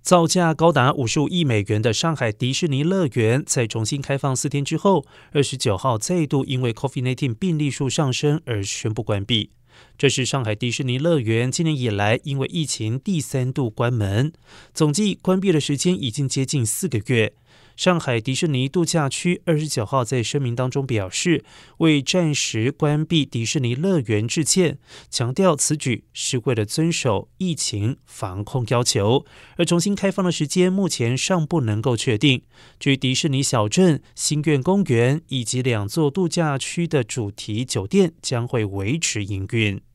造价高达55亿美元的上海迪士尼乐园，在重新开放4天之后，29号再度因为 COVID-19 病例数上升而宣布关闭。这是上海迪士尼乐园今年以来因为疫情第3度关门，总计关闭的时间已经接近4个月。上海迪士尼度假区29号在声明当中表示，为暂时关闭迪士尼乐园致歉，强调此举是为了遵守疫情防控要求，而重新开放的时间目前尚不能够确定。至于迪士尼小镇、星愿公园以及2座度假区的主题酒店将会维持营运。